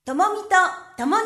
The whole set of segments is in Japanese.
ともみとともに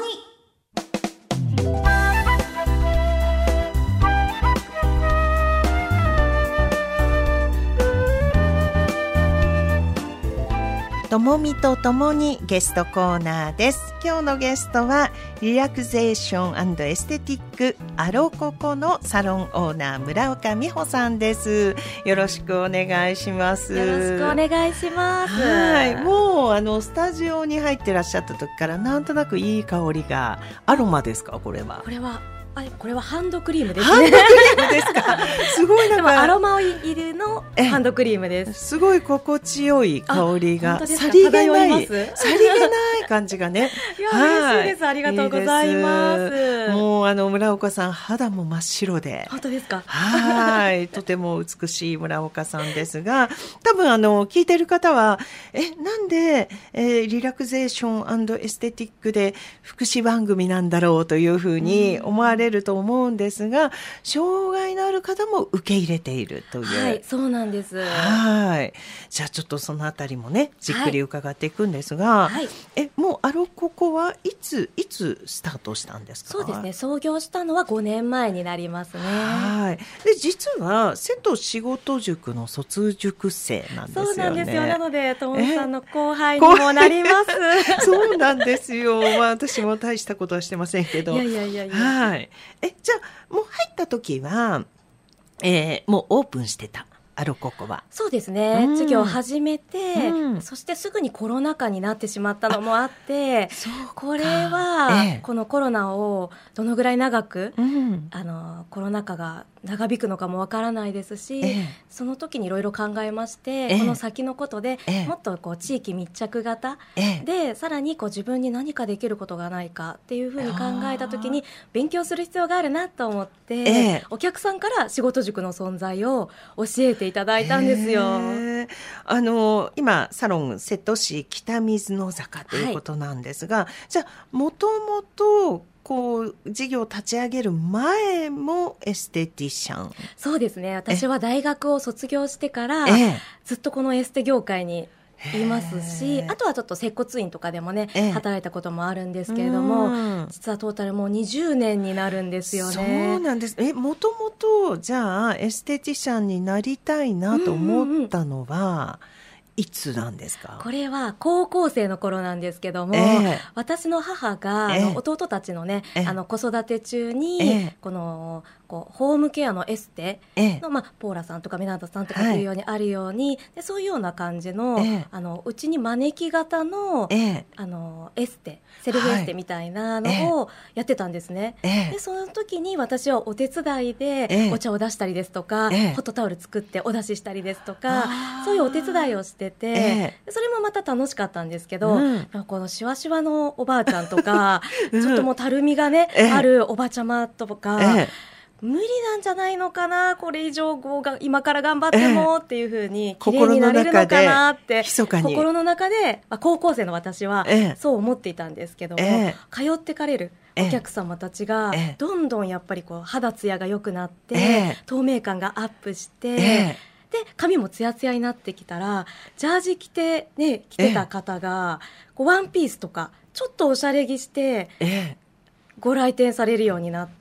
ともみとともにゲストコーナーです。今日のゲストはリラクゼーション&エステティックアロココのサロンオーナー村岡美穂さんです。よろしくお願いします。 よろしくお願いします。 はい、もうスタジオに入ってらっしゃった時からなんとなくいい香りが。アロマですか？これはこれはハンドクリームですね。 ハンドクリームですか？すごいなんかでもアロマオイルのハンドクリームです。 すごい心地よい香りがさりげない感じがね。 いや、嬉しいです。ありがとうございます。 もう村岡さん肌も真っ白で。 本当ですか？ はい、とても美しい村岡さんですが、多分聞いてる方はなんで、リラクゼーション&エステティックで福祉番組なんだろうというふうに思われると思うんですが、障害のある方も受け入れているという。 はい、そうなんです。 はい。じゃあちょっとそのあたりもね、じっくり伺っていくんですが、 はい、 もうアロココはいつスタートしたんですか？ そうですね、創業したのは5年前になりますね。 はい。で、実は瀬戸仕事塾の卒塾生なんですよね。 そうなんですよ。なのでトンさんの後輩にもなります。 そうなんですよ。私も大したことはしてませんけど。 いや。 はい。じゃあもう入った時は、もうオープンしてた。アロココは。 そうですね、授業を始めて、そしてすぐにコロナ禍になってしまったのもあって、これは、このコロナをどのぐらい長く、コロナ禍が長引くのかもわからないですし、その時にいろいろ考えまして、この先のことで、もっと地域密着型で、さらに自分に何かできることがないかっていうふうに考えた時に勉強する必要があるなと思って、お客さんから仕事塾の存在を教えていただいたんですよ。 今サロン瀬戸市北水の坂ということなんですが、じゃあもともと事業を立ち上げる前もエステティシャン？ そうですね、私は大学を卒業してからずっとこのエステ業界にいますし、あとはちょっと接骨院とかでもね、働いたこともあるんですけれども、実はトータルもう20年になるんですよね。 そうなんです。もともとじゃあエステティシャンになりたいなと思ったのは、いつなんですか？ これは高校生の頃なんですけども、私の母が弟たちのね、子育て中に、このホームケアのエステの、ポーラさんとかミナンダさんとかっていうようにあるように、でそういうような感じの、うちに招き型の、エステ、セルフエステみたいなのをやってたんですね。でその時に私はお手伝いでお茶を出したりですとか、ホットタオル作ってお出ししたりですとか、そういうお手伝いをしてて、それもまた楽しかったんですけど、このしわしわのおばあちゃんとか、ちょっともうたるみがね、あるおばちゃまとか、無理なんじゃないのかな、これ以上今から頑張ってもっていう風に綺麗になれるのかなって心の中で、高校生の私はそう思っていたんですけども、通ってかれるお客様たちがどんどんやっぱり肌ツヤが良くなって、透明感がアップして、で髪もツヤツヤになってきたら、ジャージ着てた方がワンピースとかちょっとおしゃれ着してご来店されるようになって、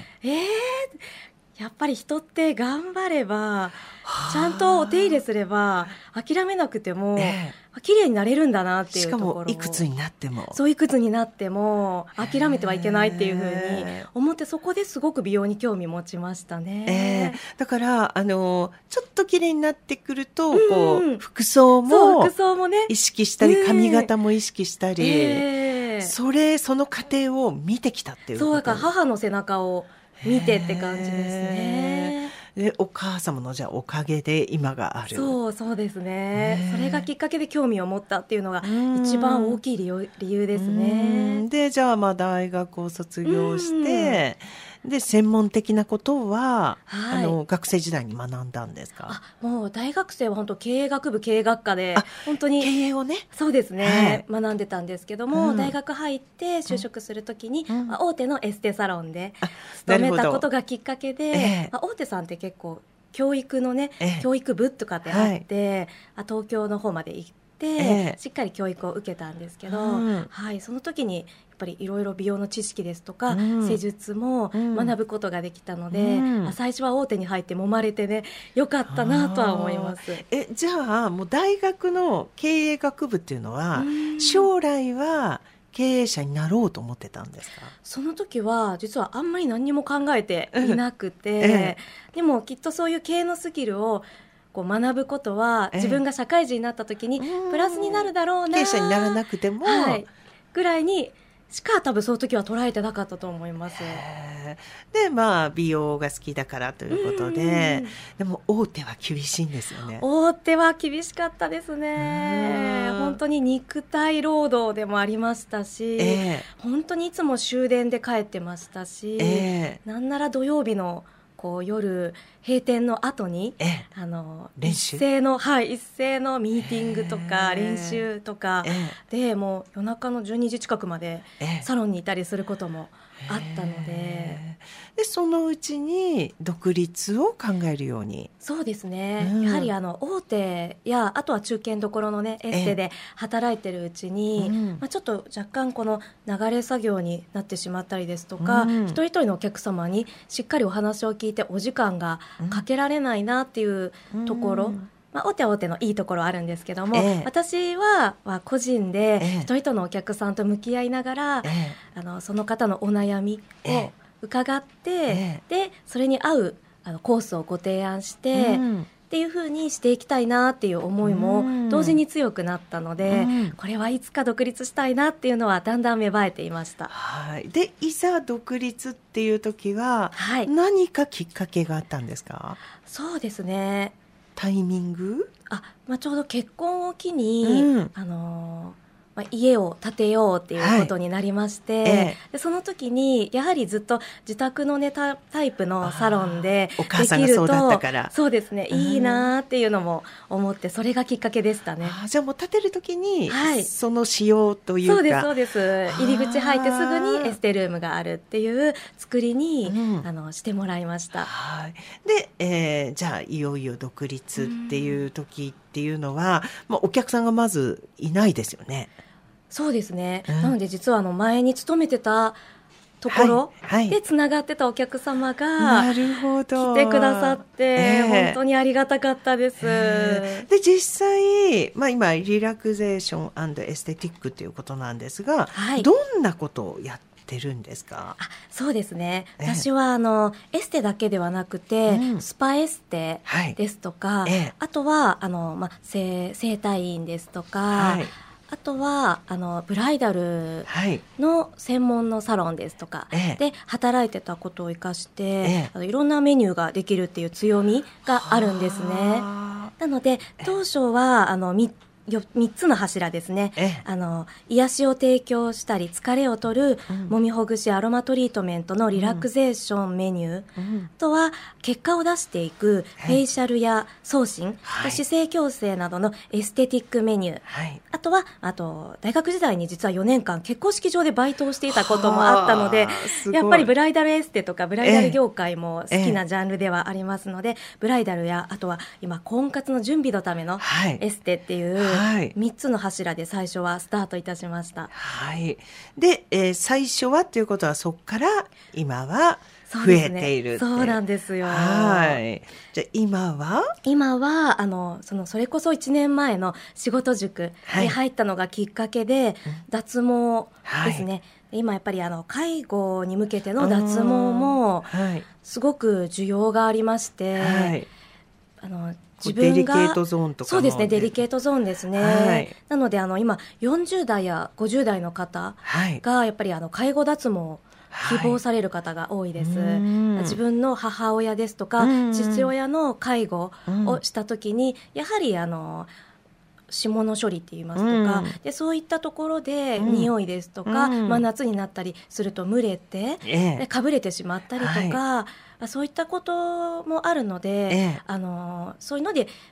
やっぱり人って頑張れば、ちゃんとお手入れすれば諦めなくても綺麗になれるんだなっていうところを、 しかもいくつになっても諦めてはいけないっていうふうに思って、そこですごく美容に興味持ちましたね。 だからちょっと綺麗になってくると、服装もね、意識したり、髪型も意識したり、その過程を見てきたっていうこと。 そうだから母の背中を見てって感じですね。 でお母様のじゃあおかげで今がある。 そうですね。それがきっかけで興味を持ったっていうのが一番大きい理由ですね。 でじゃあ大学を卒業して、で専門的なことは、学生時代に学んだんですか？ もう大学生は本当経営学部経営学科で本当に経営をね、 そうですね、学んでたんですけども、大学入って就職するときに、大手のエステサロンで勤めたことがきっかけで、大手さんって結構教育のね、教育部とかってあって、東京の方まで行ってて、しっかり教育を受けたんですけど、はい、その時にやっぱりいろいろ美容の知識ですとか、施術も学ぶことができたので、最初は大手に入って揉まれてね、よかったなとは思います。 じゃあもう大学の経営学部っていうのは、将来は経営者になろうと思ってたんですか？ その時は実はあんまり何にも考えていなくて、でもきっとそういう経営のスキルをこう学ぶことは、自分が社会人になった時にプラスになるだろうな、 経営者にならなくても、 ぐらいにしか多分その時は捉えてなかったと思います。 で、まあ美容が好きだからということで、でも大手は厳しいんですよね。 大手は厳しかったですね。本当に肉体労働でもありましたし、本当にいつも終電で帰ってましたし、なんなら土曜日のこう夜閉店の後に、 練習、 一斉のミーティングとか練習とかで、もう夜中の12時近くまでサロンにいたりすることもあったので、 そのうちに独立を考えるように。 そうですね、やはり大手やあとは中堅どころのねエステで働いてるうちに、ちょっと若干この流れ作業になってしまったりですとか、一人一人のお客様にしっかりお話を聞いてお時間がかけられないなっていうところ、大手は大手のいいところあるんですけども、私は個人で一人一人のお客さんと向き合いながら、その方のお悩みを伺って、でそれに合うコースをご提案して、っていう風にしていきたいなっていう思いも同時に強くなったので、これはいつか独立したいなっていうのはだんだん芽生えていました。 でいざ独立っていう時は、何かきっかけがあったんですか？ そうですね、 タイミング？ ちょうど結婚を機に、家を建てようっていうことになりまして、でその時にやはりずっと自宅の、タイプのサロンでできると、 お母さんがそうだったから、 そうですね、いいなっていうのも思って、それがきっかけでしたね。 じゃあもう建てる時に、その仕様というか、 そうです入り口入ってすぐにエステルームがあるっていう作りに、してもらいました。 で、じゃあいよいよ独立っていう時っていうのは、お客さんがまずいないですよね。 そうですね、なので実は前に勤めてたところでつながってたお客様が来てくださって、本当にありがたかったです。 で実際、今リラクゼーション&エステティックということなんですが、どんなことをやってるんですか？ そうですね、私はエステだけではなくて、スパエステですとか、あとは整体院ですとか、あとはブライダルの専門のサロンですとかで働いてたことを生かして、いろんなメニューができるっていう強みがあるんですね。なので当初は3つの柱ですね、癒しを提供したり疲れを取るもみほぐしアロマトリートメントのリラクゼーションメニュー、とは結果を出していくフェイシャルや送信、姿勢矯正などのエステティックメニュー、あと大学時代に実は4年間結婚式場でバイトをしていたこともあったので、やっぱりブライダルエステとかブライダル業界も好きなジャンルではありますので、ブライダルやあとは今婚活の準備のためのエステっていう3つの柱で最初はスタートいたしました。 で、最初はということはそこから今は増えているって。 そうなんですよ。 じゃあ今はそれこそ1年前の仕事塾に入ったのがきっかけで、脱毛ですね、今やっぱり介護に向けての脱毛もすごく需要がありまして、自分がデリケートゾーンとかそうですね、デリケートゾーンですね、なので今40代や50代の方がやっぱり介護脱毛を希望される方が多いです。自分の母親ですとか父親の介護をしたときに、やはり霜の処理って言いますとか、でそういったところで匂いですとか、夏になったりすると蒸れて、でかぶれてしまったりとか、そういったこともあるので、そういうので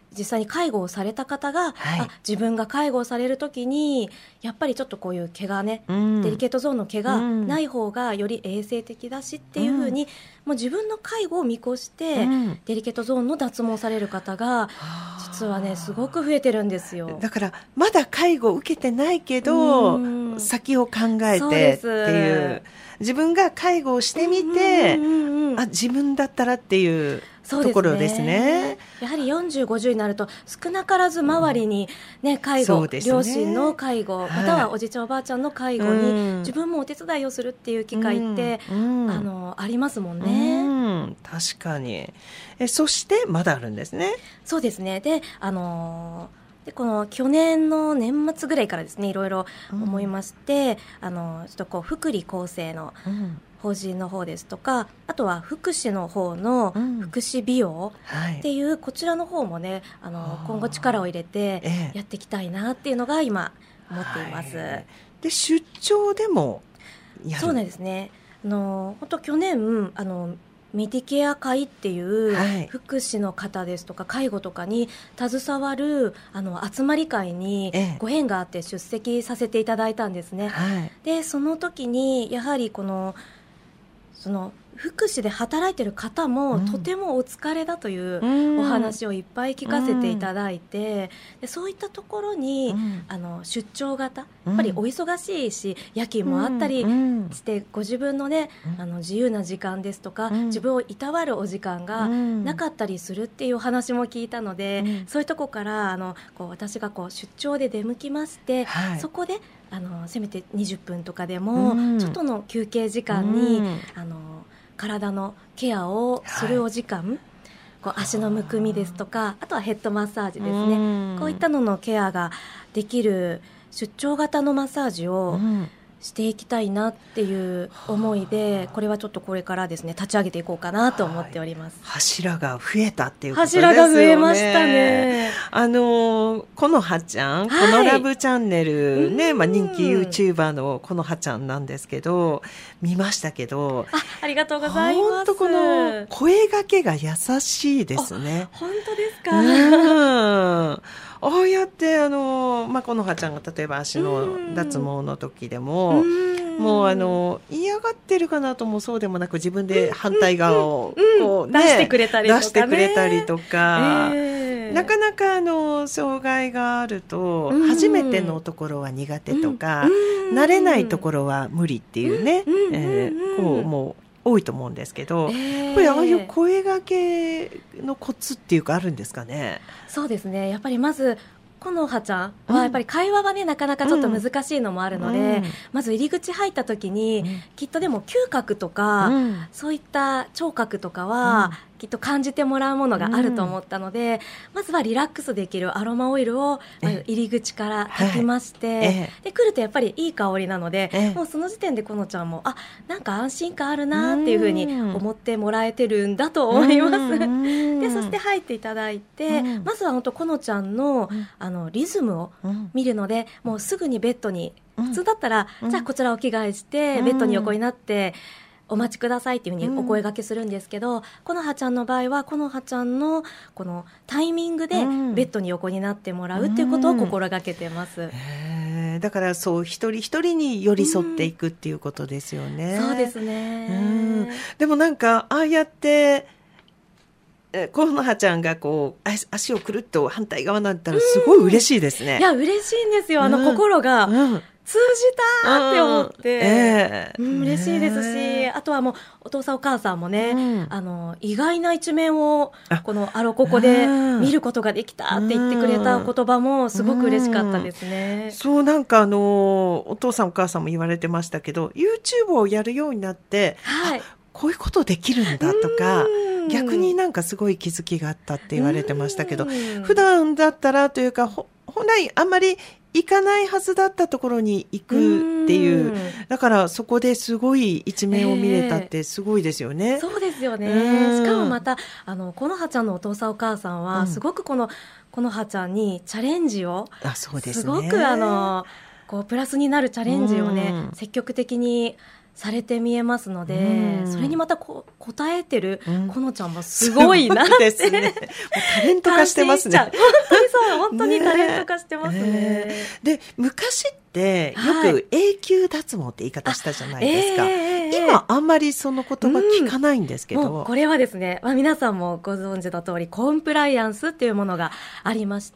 実際に介護をされた方が、 はい、 自分が介護をされるときにやっぱりちょっとこういう毛がね、デリケートゾーンの毛がない方がより衛生的だしっていうふうに、もう自分の介護を見越して、デリケートゾーンの脱毛される方が実はねすごく増えてるんですよ。 だからまだ介護を受けてないけど、先を考えてっていう、自分が介護をしてみて、自分だったらっていうところですね。 やはり40、50になると少なからず周りに、ね、介護、両親の介護、またはおじいちゃんおばあちゃんの介護に自分もお手伝いをするっていう機会って、ありますもんね。 確かに。そしてまだあるんですね。 そうですね。で、この去年の年末ぐらいからですね、いろいろ思いまして、ちょっとこう福利厚生の法人の方ですとか、あとは福祉の方の福祉美容っていう、こちらの方もね、今後力を入れてやっていきたいなっていうのが今思っています。 で、出張でもやる。 そうなんですね。本当去年メディケア会っていう福祉の方ですとか介護とかに携わる集まり会にご縁があって出席させていただいたんですね。でその時にやはりその福祉で働いている方もとてもお疲れだというお話をいっぱい聞かせていただいて、でそういったところに出張型、やっぱりお忙しいし夜勤もあったりしてご自分のね自由な時間ですとか自分をいたわるお時間がなかったりするっていうお話も聞いたので、そういうとこから私が出張で出向きまして、そこでせめて20分とかでもちょっとの休憩時間に体のケアをするお時間、足のむくみですとか、あとはヘッドマッサージですね、こういったののケアができる出張型のマッサージをしていきたいなっていう思いで、これはちょっとこれからですね立ち上げていこうかなと思っております。 柱が増えたっていうことですよね。 柱が増えましたね。 このはちゃん、このラブチャンネルね、人気 YouTuber のこのはちゃんなんですけど、見ましたけど、 ありがとうございます。 本当この声掛けが優しいですね。 本当ですか。 ああやってこのはちゃんが例えば足の脱毛の時でももう嫌がってるかなともそうでもなく、自分で反対側をこう、 出してくれたりとかね、 出してくれたりとか、なかなか障害があると初めてのところは苦手とか、慣れないところは無理っていうね、もう多いと思うんですけど、やっぱりああいう声掛けのコツっていうかあるんですかね。 そうですね、やっぱりまずこのはちゃんはやっぱり会話はねなかなかちょっと難しいのもあるので、まず入り口入った時に、きっとでも嗅覚とか、そういった聴覚とかは、きっと感じてもらうものがあると思ったので、まずはリラックスできるアロマオイルを入り口から炊きまして、で来るとやっぱりいい香りなので、もうその時点でこのちゃんもなんか安心感あるなっていうふうに思ってもらえてるんだと思います。でそして入っていただいて、まずは本当このちゃんのリズムを見るので、もうすぐにベッドに、普通だったら、じゃあこちらお着替えしてベッドに横になってお待ちくださいっていうふうにお声掛けするんですけど、このはちゃんの場合はこのはちゃんのこのタイミングでベッドに横になってもらうっていうことを心がけてます。 だからそう一人一人に寄り添っていくっていうことですよね。 そうですね。 でもなんかああやってこのはちゃんが足をくるっと反対側になったらすごい嬉しいですね。 いや嬉しいんですよ。心が通じたって思って、嬉しいですし、あとはもうお父さんお母さんもね、意外な一面をこのアロココで見ることができたって言ってくれた言葉もすごく嬉しかったですね。 そうなんかお父さんお母さんも言われてましたけど、 YouTube をやるようになって、こういうことできるんだとか、逆になんかすごい気づきがあったって言われてましたけど、普段だったらというか本来あんまり行かないはずだったところに行くっていう、だからそこですごい一面を見れたってすごいですよね。 そうですよね。しかもまたこのはちゃんのお父さんお母さんはすごくこのはちゃんにチャレンジを、すごくプラスになるチャレンジをね、積極的にされて見えますので、それにまた応えてるこのちゃんもすごいなって、 ですね、もうタレント化してますね。 本当にそう、本当にタレント化してますね。 で、昔ってよく永久脱毛って言い方したじゃないですか。今あんまりその言葉聞かないんですけど、 もうこれはですね、皆さんもご存知の通りコンプライアンスっていうものがありまして、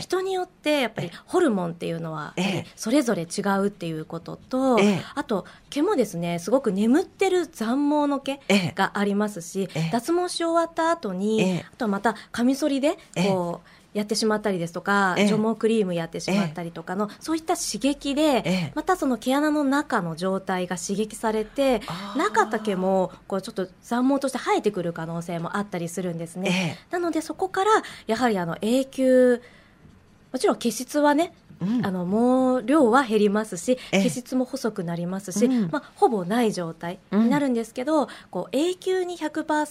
人によってやっぱりホルモンっていうのはそれぞれ違うっていうことと、あと毛もですね、すごく眠ってる残毛の毛がありますし、脱毛し終わった後に、あとまたカミソリでこうやってしまったりですとか、除毛クリームやってしまったりとかの、そういった刺激で、またその毛穴の中の状態が刺激されて、なかった毛もこうちょっと残毛として生えてくる可能性もあったりするんですね。なのでそこからやはり永久、もちろん毛質はね、毛量は減りますし、毛質も細くなりますし、ほぼない状態になるんですけど、こう永久に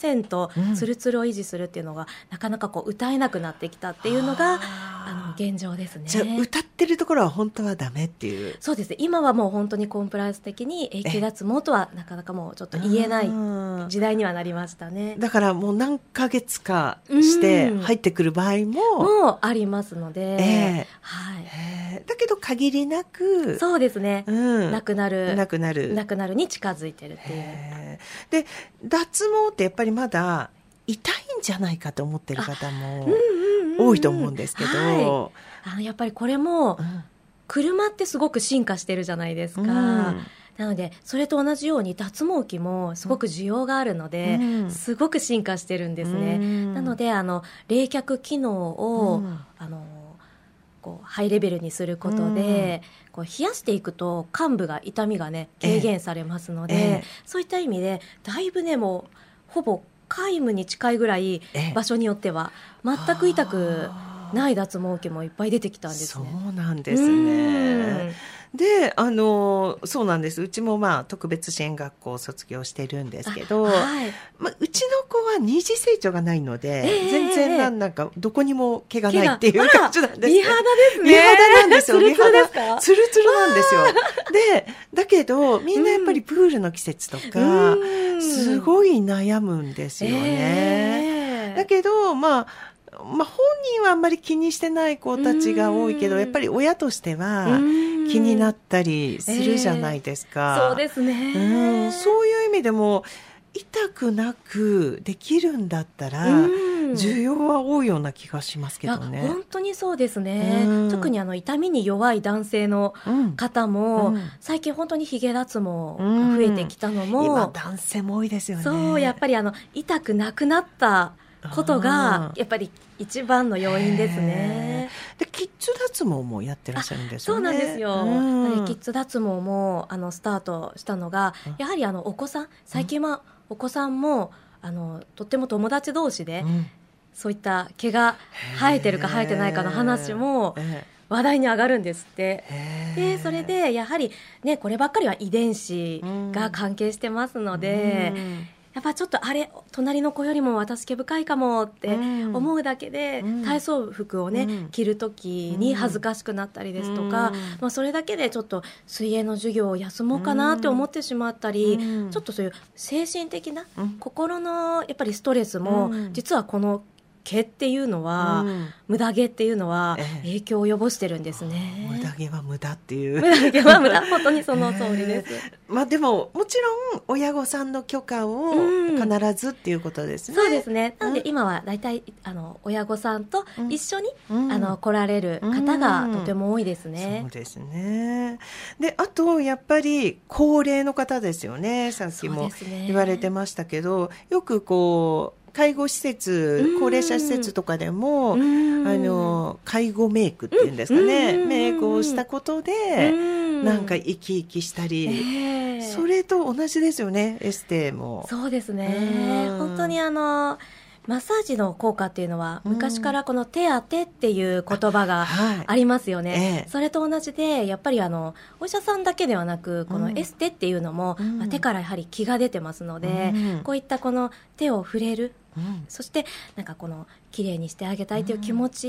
100% ツルツルを維持するっていうのが、なかなかこう歌えなくなってきたっていうのが現状ですね。 じゃあ歌ってるところは本当はダメっていう。 そうですね、今はもう本当にコンプライアンス的に永久脱毛とはなかなかもうちょっと言えない時代にはなりましたね。 だからもう何ヶ月かして入ってくる場合もありますので、はい、 だけど限りなく、 そうですね、なくなるに近づいてるっていう。 で、脱毛ってやっぱりまだ痛いんじゃないかと思ってる方も多いと思うんですけど、 やっぱりこれも、車ってすごく進化してるじゃないですか。なのでそれと同じように脱毛器もすごく需要があるので、すごく進化してるんですね。なので冷却機能を、こうハイレベルにすることで、こう冷やしていくと患部が痛みがね軽減されますので、そういった意味でだいぶね、もうほぼ皆無に近いぐらい、場所によっては全く痛くない脱毛器もいっぱい出てきたんですね。 そうなんですね。で、そうなんです。うちも特別支援学校を卒業してるんですけど、うちの子は二次成長がないので、全然なんかどこにも毛がないっていう感じなんですね。 美肌ですね。 美肌なんですよ。 ツルツルですか？ ツルツルなんですよ。で、だけどみんなやっぱりプールの季節とか、すごい悩むんですよね。だけど本人はあんまり気にしてない子たちが多いけど、やっぱり親としては気になったりするじゃないですか。 そうですね。 そういう意味でも痛くなくできるんだったら需要は多いような気がしますけどね。 本当にそうですね。特に痛みに弱い男性の方も、最近本当にヒゲ脱毛が増えてきたのも、 今男性も多いですよね。 そう、やっぱり痛くなくなったことがやっぱり一番の要因ですね。 で、キッズ脱毛もやってらっしゃるんですよね。 そうなんですよ。キッズ脱毛もスタートしたのが、やはりお子さん、最近はお子さんもとっても友達同士で、そういった毛が生えてるか生えてないかの話も話題に上がるんですって。で、それでやはりね、こればっかりは遺伝子が関係してますので、やっぱちょっと隣の子よりも私毛深いかもって思うだけで、体操服をね、着るときに恥ずかしくなったりですとか、それだけでちょっと水泳の授業を休もうかなって思ってしまったり、ちょっとそういう精神的な、心のやっぱりストレスも、実はこの毛っていうのは、無駄毛っていうのは影響を及ぼしてるんですね。 無駄毛は無駄っていう。 無駄毛は無駄、本当にその通りです。 でももちろん親御さんの許可を必ずっていうことですね。 そうですね。なので今はだいたい親御さんと一緒に、来られる方がとても多いですね。 そうですね。で、あとやっぱり高齢の方ですよね。さっきも言われてましたけど、よくこう介護施設、高齢者施設とかでも、介護メイクっていうんですかね、メイクをしたことで、なんか生き生きしたり、それと同じですよね、エステも。 そうですね。本当にマッサージの効果っていうのは、昔からこの手当てっていう言葉がありますよね。それと同じで、やっぱりお医者さんだけではなく、このエステっていうのも、手からやはり気が出てますので、こういったこの手を触れる、そしてなんかこの綺麗にしてあげたいという気持ち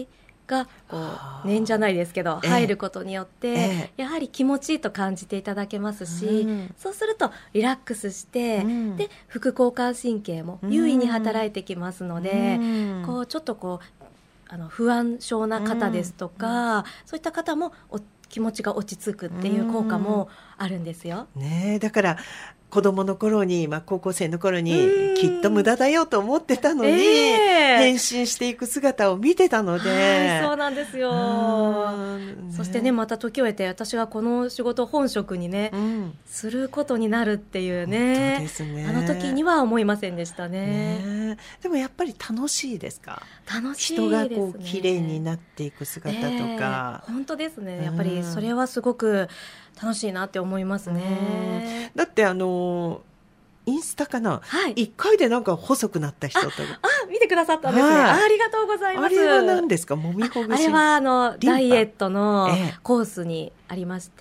がこう念じゃないですけど入ることによって、やはり気持ちいいと感じていただけますし、そうするとリラックスして、で副交感神経も優位に働いてきますので、こうちょっとこう不安症な方ですとか、そういった方も気持ちが落ち着くっていう効果もあるんですよ。 ね、だから子供の頃に、高校生の頃にきっと無駄だよと思ってたのに、変身していく姿を見てたので、 はい、そうなんですよ。そしてね、また時を経て私がこの仕事を本職にね、することになるっていうね、 本当ですね。 あの時には思いませんでしたね。 でもやっぱり楽しいですか？ 楽しいですね。 人がこう綺麗になっていく姿とか、 本当ですね。やっぱりそれはすごく楽しいなって思いますね。 だってインスタかな、 はい、 1回でなんか細くなった人と見てくださったんですね、ありがとうございます。 あれは何ですか？もみほぐし。 あれはダイエットのコースにありまして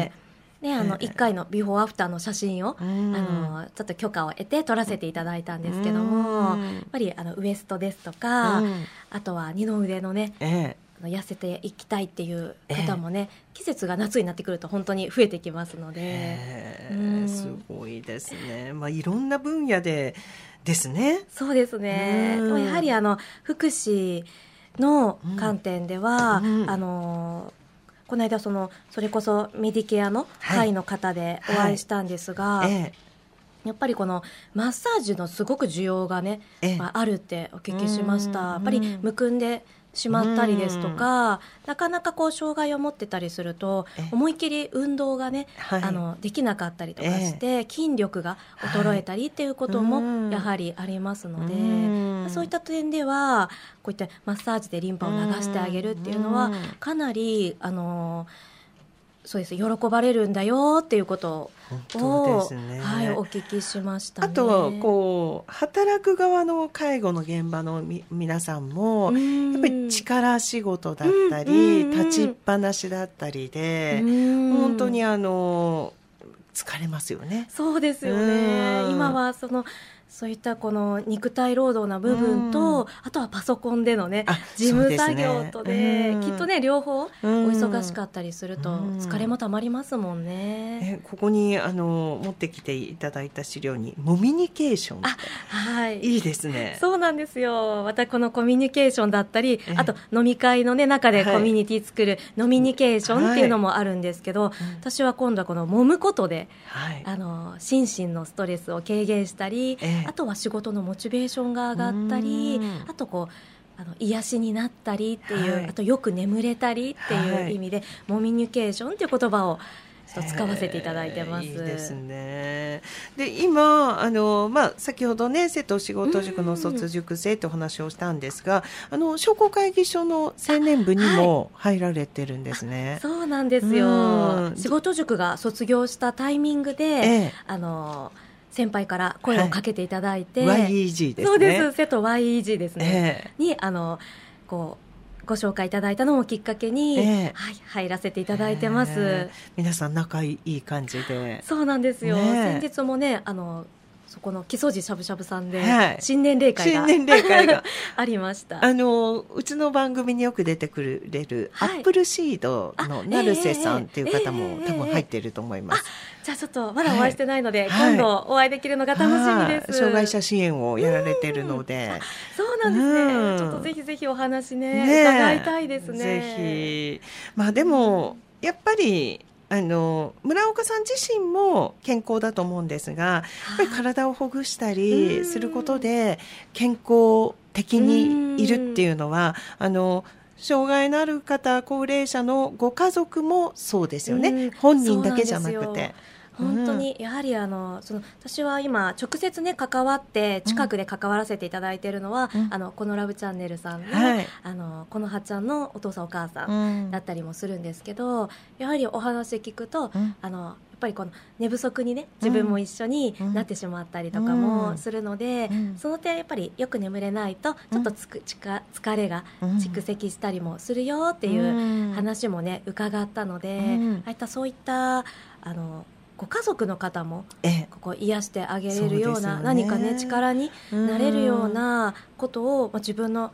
、1回のビフォーアフターの写真を、ちょっと許可を得て撮らせていただいたんですけども、やっぱりウエストですとか、あとは二の腕のね、痩せていきたいっていう方もね、季節が夏になってくると本当に増えてきますので、 すごいですね。いろんな分野でですね。 そうですね。やはり福祉の観点では、この間それこそメディケアの会の方でお会いしたんですが、やっぱりこのマッサージのすごく需要がね、あるってお聞きしました。やっぱりむくんでしまったりですとか、なかなかこう障害を持ってたりすると思いっきり運動がね、できなかったりとかして、筋力が衰えたりっていうこともやはりありますので、そういった点ではこういったマッサージでリンパを流してあげるっていうのはかなりそうです、喜ばれるんだよっていうことを、お聞きしましたね。 あとはこう働く側の介護の現場の皆さんもやっぱり力仕事だったり、立ちっぱなしだったりで、本当に疲れますよね。 そうですよね。今はそういったこの肉体労働な部分と、あとはパソコンでのね、事務作業とで、きっとね両方お忙しかったりすると疲れもたまりますもんね。 ここに持ってきていただいた資料にモミニケーション、いいですね。 そうなんですよ。またこのコミュニケーションだったり、あと飲み会のね中でコミュニティ作るノミニケーションっていうのもあるんですけど、私は今度はこの揉むことで、心身のストレスを軽減したり、あとは仕事のモチベーションが上がったり、あとこう癒しになったりっていう、あとよく眠れたりっていう意味で、モミニケーションっていう言葉をちょっと使わせていただいてます。 いいですね。で今先ほどね瀬戸仕事塾の卒塾生とお話をしたんですが、商工会議所の青年部にも入られてるんですね。 そうなんですよ。仕事塾が卒業したタイミングで、先輩から声をかけていただいて、 YEG ですね。 そうです。瀬戸 YEG ですね、にこうご紹介いただいたのをきっかけに、入らせていただいてます。 皆さん仲いい感じで。 そうなんですよ。先日もねそこの木曽路しゃぶしゃぶさんで新年例会がありました。 うちの番組によく出てくれるアップルシードの成瀬さんっていう方も多分入っていると思います。 じゃあちょっとまだお会いしてないので、今度お会いできるのが楽しみです。 障害者支援をやられているので、 そうなんですね。ちょっとぜひぜひお話ね伺いたいですね。 ぜひ。でもやっぱり村岡さん自身も健康だと思うんですが、やっぱり体をほぐしたりすることで健康的にいるっていうのは障害のある方、高齢者のご家族もそうですよね。本人だけじゃなくて。 本当にやはり私は今直接ね関わって近くで関わらせていただいているのは、このラブチャンネルさんの、このはちゃんのお父さんお母さんだったりもするんですけど、やはりお話聞くと、やっぱりこの寝不足にね自分も一緒になってしまったりとかもするので、その点やっぱりよく眠れないとちょっと疲れが蓄積したりもするよっていう話もね伺ったので、そういったご家族の方もここ癒してあげれるような、何かね力になれるようなことを自分の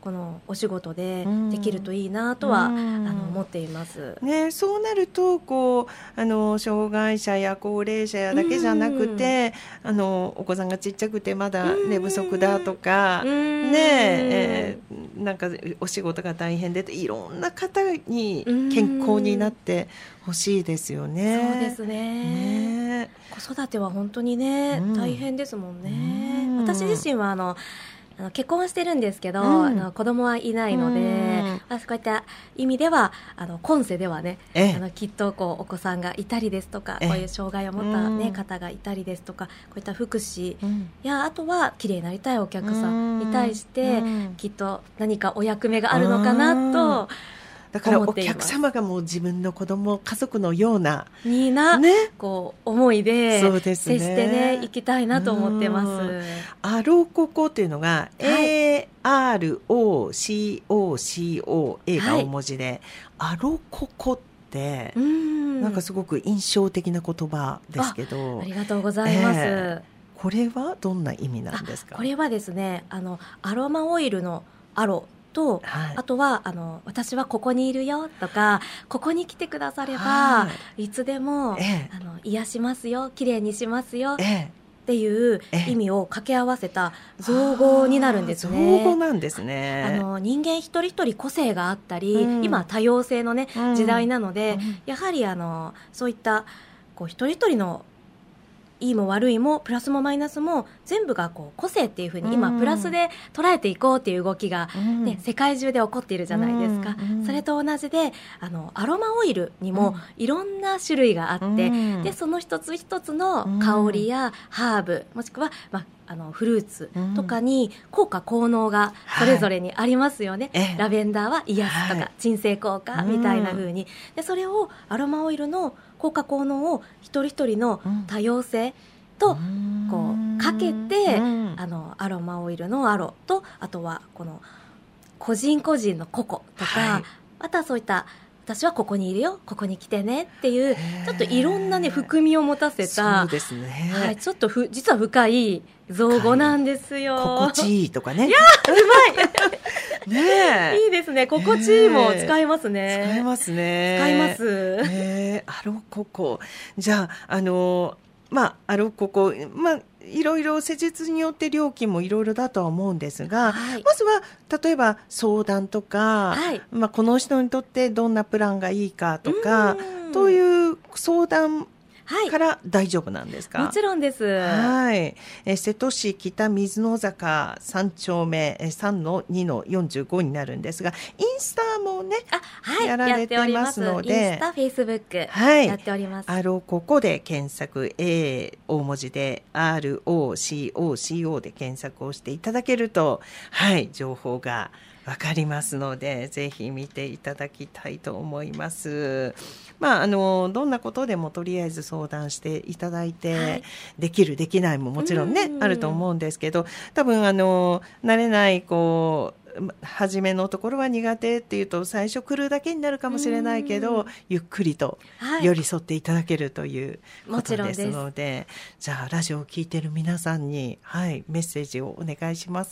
このお仕事でできるといいなとは思っています、 ね、そうなると障害者や高齢者やだけじゃなくて、お子さんがちっちゃくてまだ寝不足だとか、ね、なんかお仕事が大変でいろんな方に健康になってほしいですよね。 そうですね。子育ては本当にね、大変ですもんね。私自身は結婚はしてるんですけど、子供はいないので、こういった意味では今世ではね、きっとお子さんがいたりですとか、こういう障害を持った、方がいたりですとか、こういった福祉や、あとは綺麗になりたいお客さんに対して、きっと何かお役目があるのかなと。 だからお客様がもう自分の子供家族のような思いで接してね行きたいなと思ってます。 アロココっていうのが、AROCOCO が大文字で、アロココってなんかすごく印象的な言葉ですけど、 ありがとうございます。 これはどんな意味なんですか？ これはですね、アロマオイルのアロと、あとは私はここにいるよとか、ここに来てくだされば、いつでも、癒しますよ、きれいにしますよ、っていう意味を掛け合わせた造語になるんですね。 造語なんですね。 人間一人一人個性があったり、今多様性のね、時代なので、やはりそういった一人一人のいいも悪いもプラスもマイナスも全部が個性っていう風に今プラスで捉えていこうっていう動きが、世界中で起こっているじゃないですか、それと同じでアロマオイルにもいろんな種類があって、でその一つ一つの香りやハーブ、もしくは、フルーツとかに効果効能がそれぞれにありますよね、ラベンダーは癒すとか、鎮静効果みたいな風に、でそれをアロマオイルの効果効能を一人一人の多様性とかけて、アロマオイルのアロと、あとはこの個人個人の個々とか、またそういった私はここにいるよ、ここに来てねっていう、ちょっといろんなね含みを持たせた、 そうですね、 ちょっと実は深い造語なんですよ。 心地いいとかね。 いやうまいね、いいですね。心地いいも使いますね。 使いますね。 使います。 アロココ。じゃあアロココ、いろいろ施術によって料金もいろいろだとは思うんですが、まずは例えば相談とか、この人にとってどんなプランがいいかとかという相談から大丈夫なんですか？ もちろんです。 瀬戸市北水の坂3丁目3-2-45になるんですが、インスタもね、やられてますので、 インスタ、フェイスブックやっております。 アロココで検索、大文字で ROCOCO で検索をしていただけると、情報がわかりますので、ぜひ見ていただきたいと思います。どんなことでもとりあえず相談していただいて、できるできないももちろんね、あると思うんですけど、多分慣れない初めのところは苦手っていうと最初来るだけになるかもしれないけど、ゆっくりと寄り添っていただけるということですので、じゃあラジオを聞いている皆さんに、メッセージをお願いします。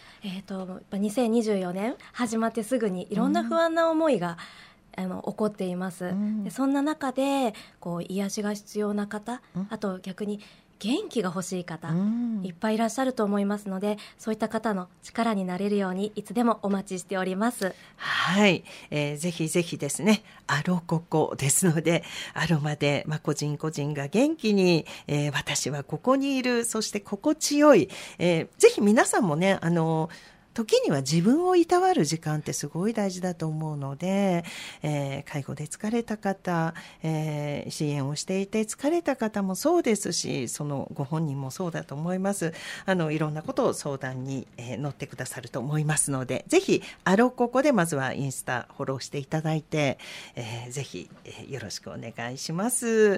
2024年始まってすぐにいろんな不安な思いが、起こっています、でそんな中で癒しが必要な方、あと逆に元気が欲しい方、いっぱいいらっしゃると思いますので、そういった方の力になれるようにいつでもお待ちしております。 ぜひぜひですね、アロココですので、アロマで、個人個人が元気に、私はここにいる、そして心地よい、ぜひ皆さんもね、時には自分をいたわる時間ってすごい大事だと思うので、介護で疲れた方、支援をしていて疲れた方もそうですし、そのご本人もそうだと思います。いろんなことを相談に、乗ってくださると思いますので、ぜひアロココでまずはインスタフォローしていただいて、ぜひ、よろしくお願いします。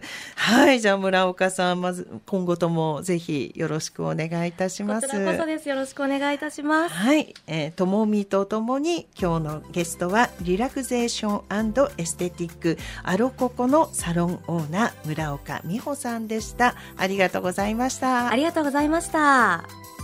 じゃあ村岡さん、まず今後ともぜひよろしくお願いいたします。 こちらこそです。よろしくお願いいたします。 ともみとともに今日のゲストはリラクゼーション&エステティックアロココのサロンオーナー村岡美穂さんでした。ありがとうございました。 ありがとうございました。